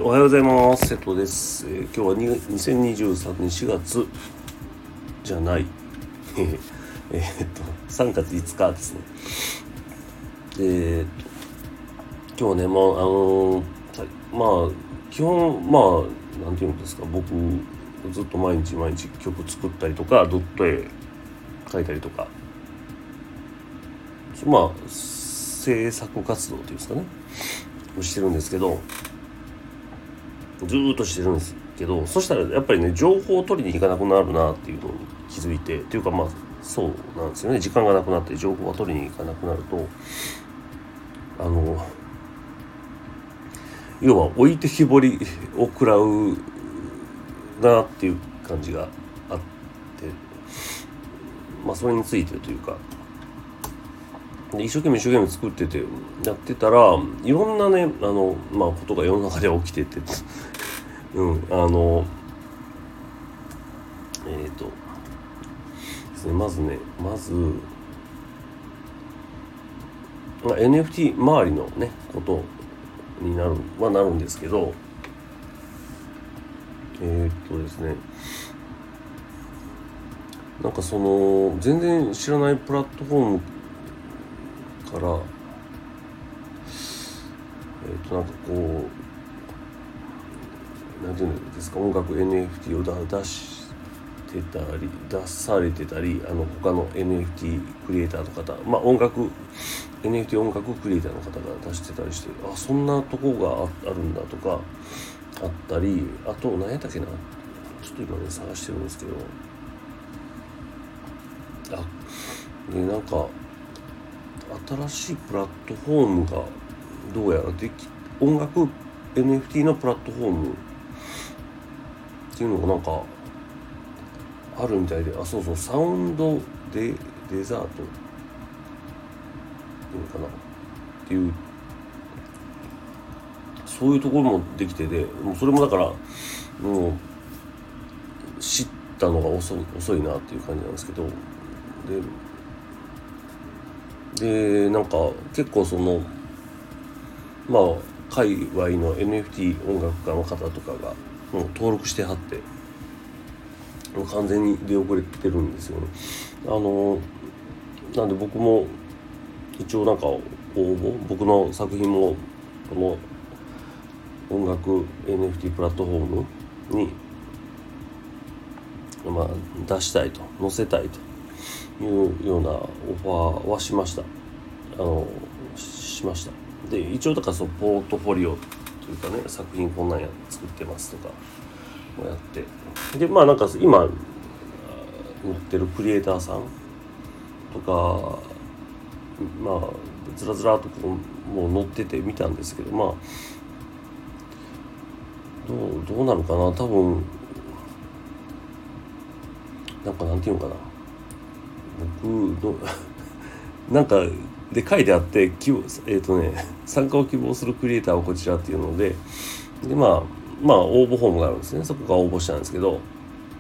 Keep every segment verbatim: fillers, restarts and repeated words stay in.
おはようございます。瀬戸です。えー、今日はにせんにじゅうさんねんしがつじゃないえーっとさんがついつかですね。えー、っと今日はね、まああのー、まあ基本まあなんていうんですか、僕ずっと毎日毎日曲作ったりとかドット絵描いたりとか、まあ制作活動っていうんですかねをしてるんですけど、ずーっとしてるんですけど、そしたらやっぱりね、情報を取りに行かなくなるなっていうのに気づいて、っていうかまあそうなんですよね。時間がなくなって情報を取りに行かなくなると、あの要は置いてきぼりを食らうなっていう感じがあって、まあそれについてというか、で一生懸命一生懸命作っててやってたら、いろんなねあのまあことが世の中で起きててうんあのえっ、ー、とですねまずねまず、まあ、エヌエフティー 周りのねことになるはなるんですけど、えっ、ー、とですねなんかその全然知らないプラットフォームから、えっ、ー、となんかこうなんていうんですか、音楽 エヌエフティー を出してたり出されてたり、あの他の エヌエフティー クリエイターの方、まあ音楽 エヌエフティー 音楽クリエイターの方が出してたりして、あそんなとこが あ, あるんだとかあったり、あと何やったっけな、ちょっと今ね探してるんですけど、あでなんか新しいプラットフォームがどうやらでき、音楽 エヌエフティー のプラットフォームっていうのがなんかあるみたいで、あそうそうサウンドでデザートっていうのかなっていう、そういうところもできてて、もうそれもだからもう知ったのが遅い遅いなっていう感じなんですけど、ででなんか結構そのまあ界隈の エヌエフティー 音楽家の方とかがもう登録してはって、もう完全に出遅れてるんですよね。あのなんで僕も一応なんか応募、僕の作品もこの音楽 エヌエフティー プラットフォームに、まあ、出したいと、載せたいというようなオファーはしました。あのしましたで一応だからそのポートフォリオというかね、作品こんなんや作ってますとかもやって、でまあなんか今載ってるクリエイターさんとかまあずらずらっとこうもう載ってて見たんですけど、まあどうどうなるかな、多分なんかなんていうのかな、僕どなんかで書いてあって、えっ、ー、とね参加を希望するクリエイターはこちらっていうので、でまあまあ応募フォームがあるんですね。そこから応募したんですけど、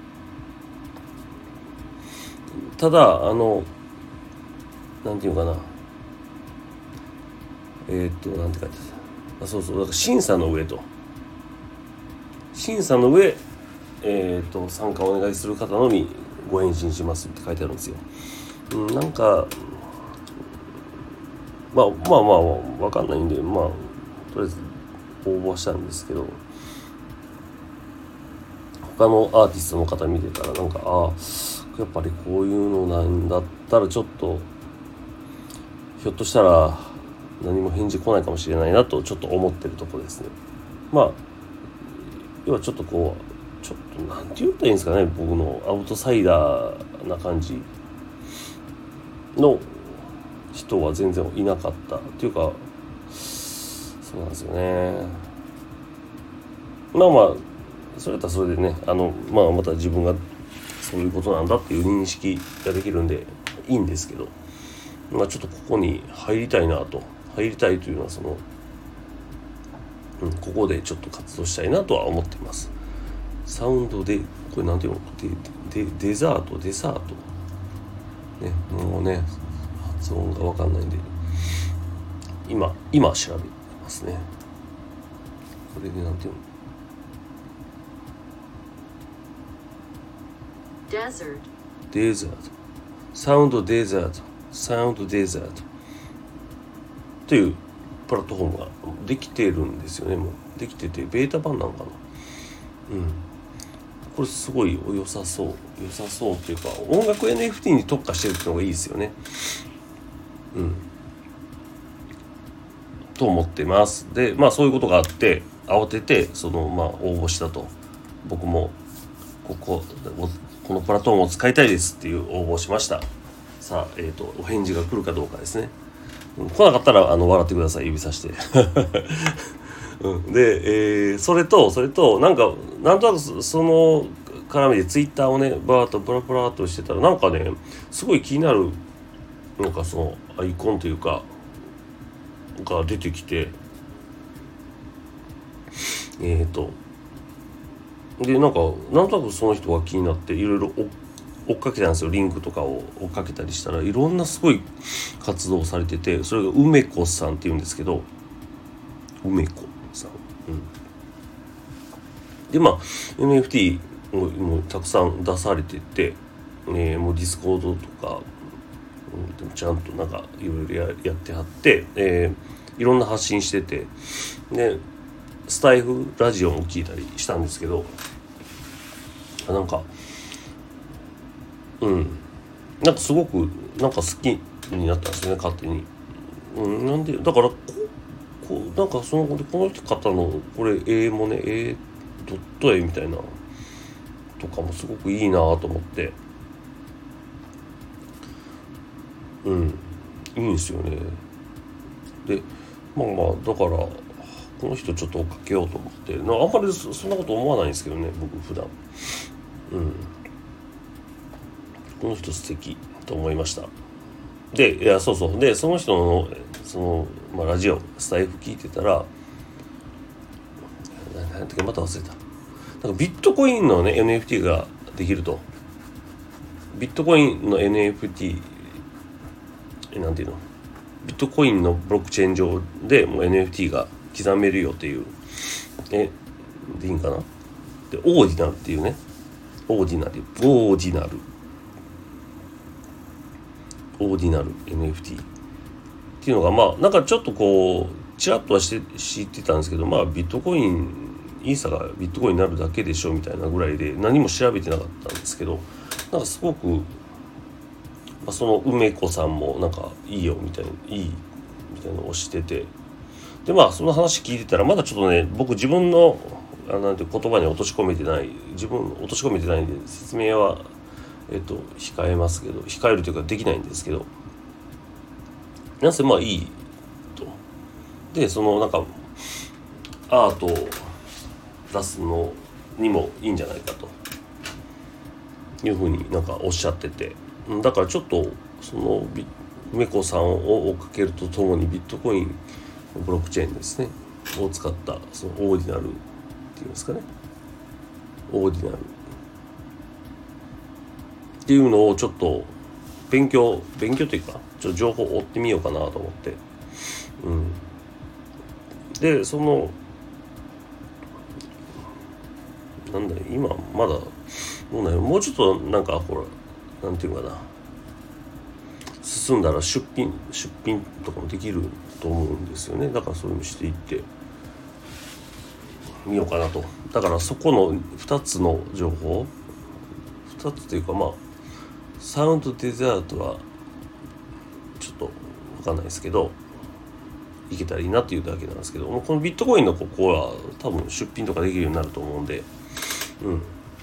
ただあのなんていうのかな、えっ、ー、となんて書いてある、そうそう、だから審査の上と審査の上えっ、ー、と参加お願いする方のみご返信しますって書いてあるんですよ。うん、なんかまあまあまあ分かんないんで、まあとりあえず応募したんですけど、他のアーティストの方見てたらなんか、ああやっぱりこういうのなんだったらちょっとひょっとしたら何も返事来ないかもしれないなとちょっと思ってるところですね。まあ要はちょっとこうちょっとなんて言ったらいいんですかね、僕のアウトサイダーな感じの人は全然いなかったっていうか、そうなんですよね。まあまあそれだったらそれでね、あのまあまた自分がそういうことなんだっていう認識ができるんでいいんですけど、まあちょっとここに入りたいなと、入りたいというのはその、うん、ここでちょっと活動したいなとは思っています。サウンドでこれなんていうの、デ, デ, デザートデザートね、もうね発音が分かんないんで今今調べますね。これでなんていうの、 Desert. デザート、サウンドデザート、サウンドデザートというプラットフォームができてるんですよね。もうできててベータ版なのかな。うん。これすごい良さそう、良さそうっていうか、音楽 エヌエフティー に特化してるっていうのがいいですよね。うん。と思ってます。で、まあそういうことがあって慌ててそのまあ応募したと。僕もこここのプラットフォームを使いたいですっていう応募をしました。さあ、えーと、お返事が来るかどうかですね。うん、来なかったらあの笑ってください、指さして。うん、で、えー、それとそれとなんかなんとなくその絡みでツイッターをねバーッとプラプラっとしてたらなんかねすごい気になるなんかそのアイコンというかが出てきてえーとでなんかなんとなくその人が気になっていろいろ追っかけたんですよ。リンクとかを追っかけたりしたらいろんなすごい活動されてて、それが梅子さんっていうんですけど、梅子さん、うん、でまあ エヌエフティー も, もうたくさん出されてて、えー、もうディスコードとか、うん、でもちゃんとなんかいろいろ や, やってはって、えー、いろんな発信しててでスタイフラジオも聞いたりしたんですけど、なんかうんなんかすごくなんか好きになったんですよね、勝手に。うん、なんでだからここなんかそのこの人方のこれ絵もね絵ドット絵みたいなとかもすごくいいなと思って、うんいいんですよね。でまあまあだからこの人ちょっと追っかけようと思ってな、あんまり そ, そんなこと思わないんですけどね僕普段。うんこの人素敵と思いました。でいやそうそうでその人のその、まあ、ラジオスタイフ聞いてたら何やったっけまた忘れた。なんかビットコインのね エヌエフティー ができると。ビットコインの エヌエフティー なんていうのビットコインのブロックチェーン上でもう エヌエフティー が刻めるよっていうえでいいんかな。でオーディナルっていうねオーディナルオーディナルオーディナル エヌエフティー っていうのがまあなんかちょっとこうちらっとはして知ってたんですけど、まあビットコインイーサがビットコインになるだけでしょみたいなぐらいで何も調べてなかったんですけど、なんかすごく、まあ、その梅子さんもなんかいいよみたいないいみたいなのをしてて、でまあその話聞いてたらまだちょっとね僕自分のあなんて言葉に落とし込めてない自分落とし込めてないんで説明はえっと控えますけど控えるというかできないんですけど、なんせまあいいと。でそのなんかアートを出すのにもいいんじゃないかというふうになんかおっしゃってて、だからちょっとその梅子さんを追っかけるとともにビットコインブロックチェーンですねを使ったそのオーディナルっていうんですかねオーディナルっていうのをちょっと勉強勉強というかちょっと情報を追ってみようかなと思って、うん、でそのなんだよ今まだどうなんやもうちょっとなんかほらなんていうかな進んだら出品出品とかもできると思うんですよね。だからそういうのしていってみようかなと。だからそこのふたつの情報ふたつというかまあサウンドデザートはちょっと分かんないですけどいけたらいいなっていうだけなんですけど、このビットコインのここは多分出品とかできるようになると思うんで、うん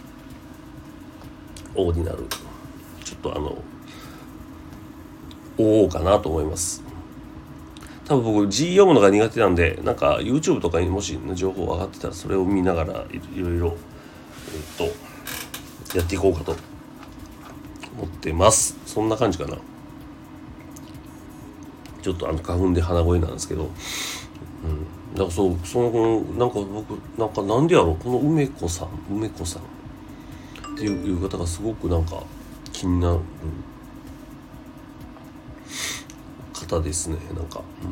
オーディナルちょっとあの追おうかなと思います。多分僕字読むのが苦手なんでなんか YouTube とかにもし情報上がってたらそれを見ながらいろいろえっとやっていこうかと思ってます。そんな感じかな。ちょっとあの花粉で鼻声なんですけど、うん、だからそうそのなんか僕なんかなんでやろうこの梅子さん梅子さんっていう方がすごくなんか気になる方ですね。なんか、うん、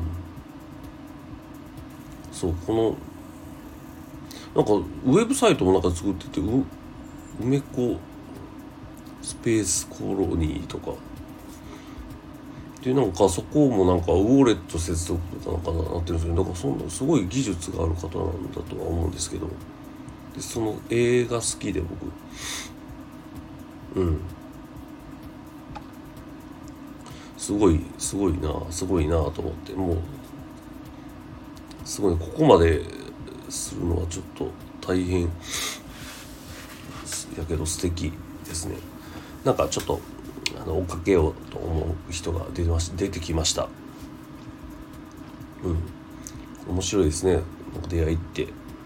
そうこのなんかウェブサイトもなんか作っててう梅子スペースコロニーとかで、なんかそこもなんかウォレット接続とかなんかなってるんですけど、なんかそんなすごい技術がある方なんだとは思うんですけど、でその映画好きで僕うんすごいすごいなすごいなと思って、もうすごいここまでするのはちょっと大変やけど素敵ですね。なんかちょっとあの追っかけようと思う人が出てまし出てきました。うん面白いですね、出会いって。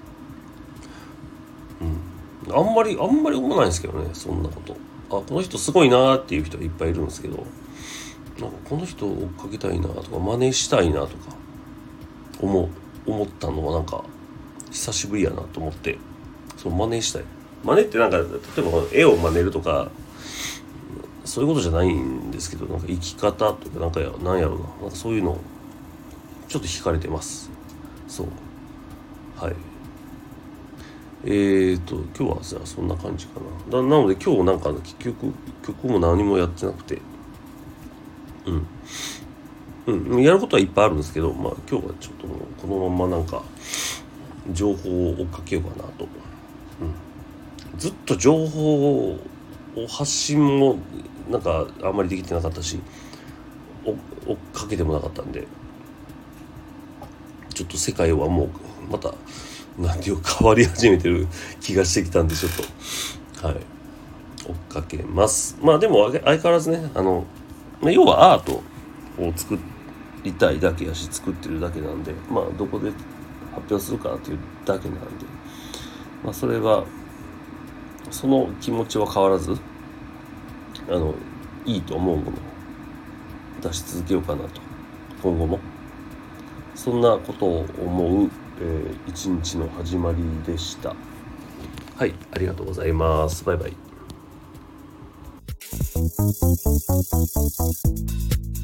うんあんまりあんまり思わないんですけどね、そんなこと。あこの人すごいなーっていう人いっぱいいるんですけど、なんかこの人を追っかけたいなとか真似したいなとか思う思ったのはなんか久しぶりやなと思って、そう真似したい。真似ってなんか例えば絵を真似るとかそういうことじゃないんですけど、なんか生き方とかなんかやなんやろうな、なんかそういうのちょっと惹かれてます。そうはいえーと今日はじゃあそんな感じかな。だなので今日なんか結局曲も何もやってなくて、うんうんやることはいっぱいあるんですけど、まあ今日はちょっともうこのままなんか情報を追っかけようかなと、うん、ずっと情報を発信もなんかあんまりできてなかったし追っかけてもなかったんで、ちょっと世界はもうまた何ていうか変わり始めてる気がしてきたんで、ちょっとはい追っかけます。まあでも相変わらずね、あの要はアートを作りたいだけやし作ってるだけなんで、まあどこで発表するかっていうだけなんで、まあそれがその気持ちは変わらずあのいいと思うものを出し続けようかなと、今後もそんなことを思う、えー、一日の始まりでした。はい、ありがとうございます。バイバイ。